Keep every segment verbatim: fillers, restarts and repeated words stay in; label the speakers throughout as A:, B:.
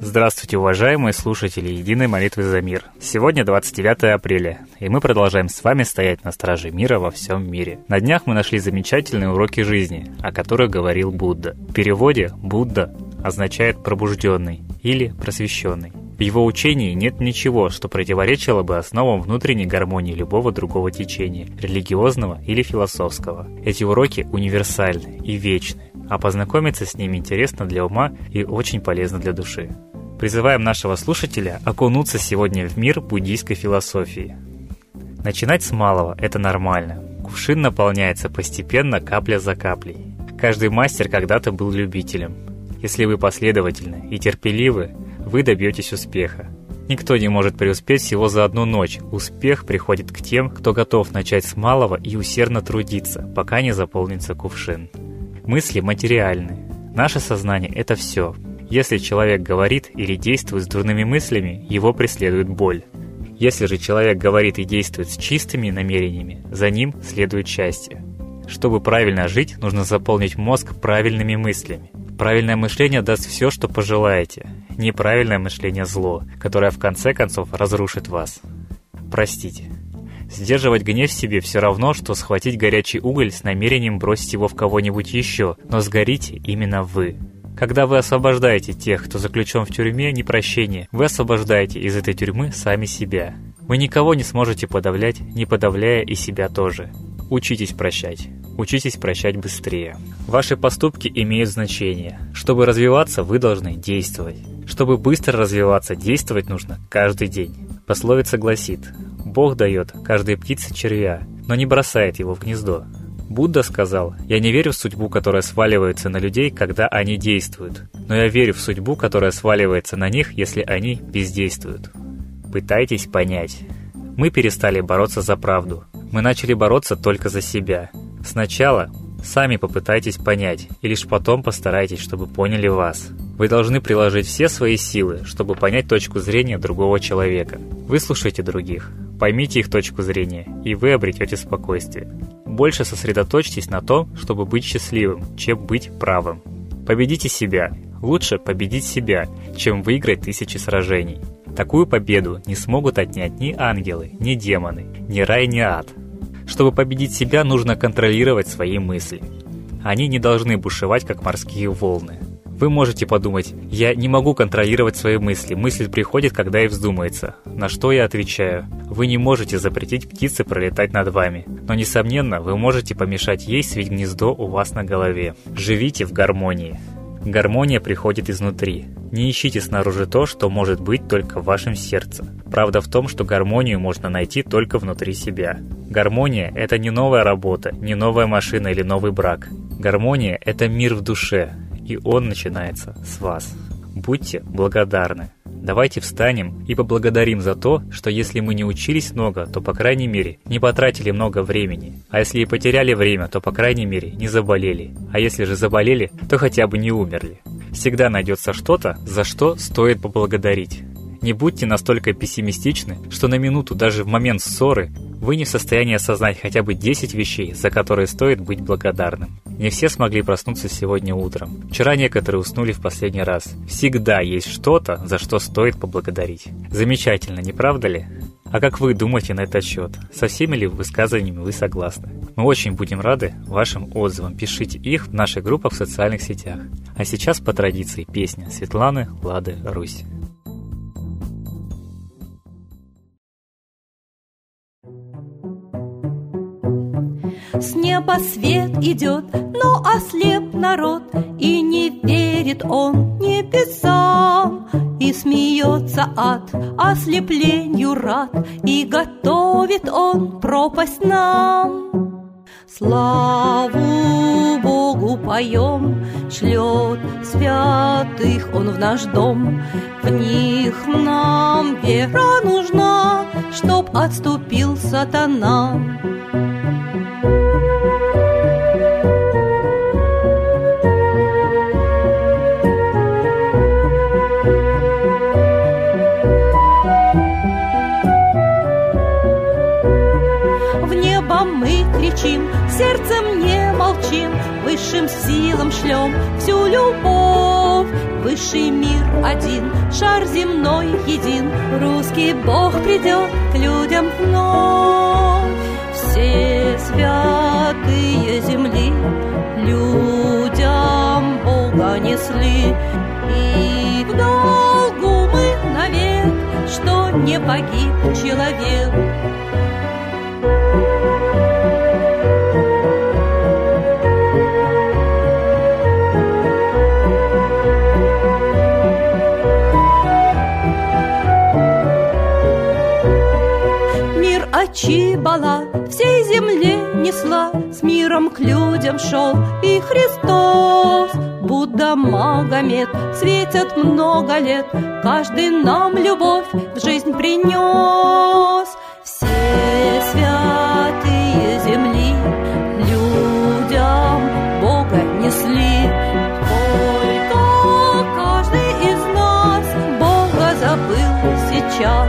A: Здравствуйте, уважаемые слушатели Единой молитвы за мир. Сегодня двадцать девятое апреля, и мы продолжаем с вами стоять на страже мира во всем мире. На днях мы нашли замечательные уроки жизни, о которых говорил Будда. В переводе «Будда» означает «пробужденный» или «просвещенный». В его учении нет ничего, что противоречило бы основам внутренней гармонии любого другого течения, религиозного или философского. Эти уроки универсальны и вечны, а познакомиться с ними интересно для ума и очень полезно для души. Призываем нашего слушателя окунуться сегодня в мир буддийской философии. Начинать с малого – это нормально. Кувшин наполняется постепенно, капля за каплей. Каждый мастер когда-то был любителем. Если вы последовательны и терпеливы, вы добьетесь успеха. Никто не может преуспеть всего за одну ночь. Успех приходит к тем, кто готов начать с малого и усердно трудиться, пока не заполнится кувшин. Мысли материальны. Наше сознание – это все. Если человек говорит или действует с дурными мыслями, его преследует боль. Если же человек говорит и действует с чистыми намерениями, за ним следует счастье. Чтобы правильно жить, нужно заполнить мозг правильными мыслями. Правильное мышление даст все, что пожелаете. Неправильное мышление – зло, которое в конце концов разрушит вас. Простите. Сдерживать гнев в себе все равно, что схватить горячий уголь с намерением бросить его в кого-нибудь еще, но сгорите именно вы. Когда вы освобождаете тех, кто заключен в тюрьме непрощения, вы освобождаете из этой тюрьмы сами себя. Вы никого не сможете подавлять, не подавляя и себя тоже. Учитесь прощать. Учитесь прощать быстрее. Ваши поступки имеют значение. Чтобы развиваться, вы должны действовать. Чтобы быстро развиваться, действовать нужно каждый день. Пословица гласит: «Бог дает каждой птице червя, но не бросает его в гнездо». Будда сказал: «Я не верю в судьбу, которая сваливается на людей, когда они действуют, но я верю в судьбу, которая сваливается на них, если они бездействуют». Пытайтесь понять. Мы перестали бороться за правду. Мы начали бороться только за себя. Сначала сами попытайтесь понять, и лишь потом постарайтесь, чтобы поняли вас. Вы должны приложить все свои силы, чтобы понять точку зрения другого человека. Выслушайте других, поймите их точку зрения, и вы обретете спокойствие. Больше сосредоточьтесь на том, чтобы быть счастливым, чем быть правым. Победите себя. Лучше победить себя, чем выиграть тысячи сражений. Такую победу не смогут отнять ни ангелы, ни демоны, ни рай, ни ад. Чтобы победить себя, нужно контролировать свои мысли. Они не должны бушевать, как морские волны. Вы можете подумать: «Я не могу контролировать свои мысли, мысль приходит, когда ей вздумается». На что я отвечаю: вы не можете запретить птице пролетать над вами, но, несомненно, вы можете помешать ей свить гнездо у вас на голове. Живите в гармонии. Гармония приходит изнутри. Не ищите снаружи то, что может быть только в вашем сердце. Правда в том, что гармонию можно найти только внутри себя. Гармония – это не новая работа, не новая машина или новый брак. Гармония – это мир в душе, и он начинается с вас. Будьте благодарны. Давайте встанем и поблагодарим за то, что если мы не учились много, то, по крайней мере, не потратили много времени. А если и потеряли время, то, по крайней мере, не заболели. А если же заболели, то хотя бы не умерли. Всегда найдется что-то, за что стоит поблагодарить. Не будьте настолько пессимистичны, что на минуту, даже в момент ссоры, вы не в состоянии осознать хотя бы десять вещей, за которые стоит быть благодарным. Не все смогли проснуться сегодня утром. Вчера некоторые уснули в последний раз. Всегда есть что-то, за что стоит поблагодарить. Замечательно, не правда ли? А как вы думаете на этот счет? Со всеми ли высказываниями вы согласны? Мы очень будем рады вашим отзывам. Пишите их в наших группах в социальных сетях. А сейчас по традиции песня Светланы Лады Русь.
B: С неба свет идет, но ослеп народ, и не верит он небесам, и смеется ад, ослеплению рад, и готовит он пропасть нам. Славу Богу поем, шлет святых он в наш дом, в них нам вера нужна, чтоб отступил сатана. В небо мы кричим, в сердце сердцем не молчим, высшим силам шлем всю любовь. Высший мир один, шар земной един, русский Бог придет к людям вновь. Все святые земли людям Бога несли, и в долгу мы навек, что не погиб человек. Чибала всей земле несла, с миром к людям шел и Христос. Будда, Магомед светят много лет, каждый нам любовь в жизнь принес. Все святые земли людям Бога несли, только каждый из нас Бога забыл сейчас.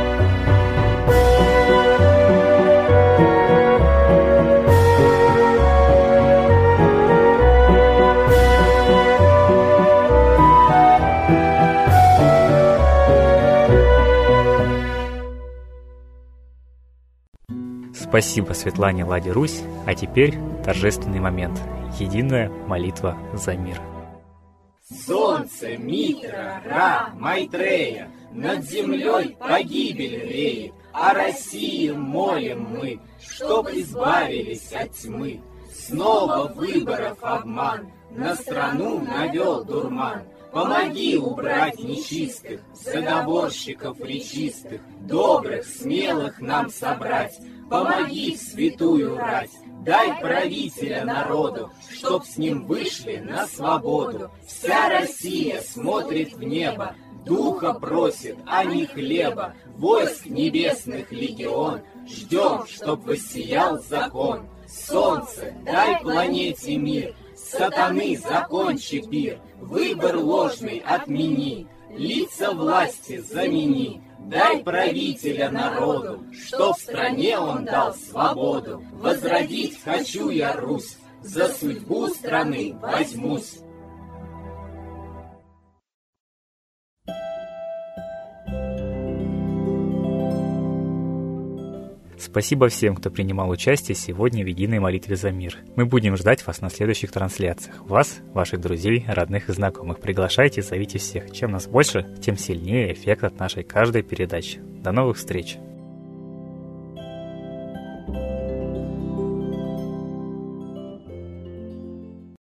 A: Спасибо Светлане Ладе Русь, а теперь торжественный момент. Единая молитва за мир.
C: Солнце, Митра, Ра, Майтрея, над землей погибель реет, о России молим мы, чтоб избавились от тьмы. Снова выборов обман, на страну навел дурман. Помоги убрать нечистых, заговорщиков речистых, добрых, смелых нам собрать. Помоги в святую рать, дай правителя народу, чтоб с ним вышли на свободу. Вся Россия смотрит в небо, духа просит, а не хлеба. Войск небесных легион, ждем, чтоб воссиял закон. Солнце, дай планете мир, сатаны закончи пир, выбор ложный отмени, лица власти замени. Дай правителя народу, что в стране он дал свободу. Возродить хочу я Русь, за судьбу страны возьмусь.
A: Спасибо всем, кто принимал участие сегодня в единой молитве за мир. Мы будем ждать вас на следующих трансляциях. Вас, ваших друзей, родных и знакомых. Приглашайте, зовите всех. Чем нас больше, тем сильнее эффект от нашей каждой передачи. До новых встреч!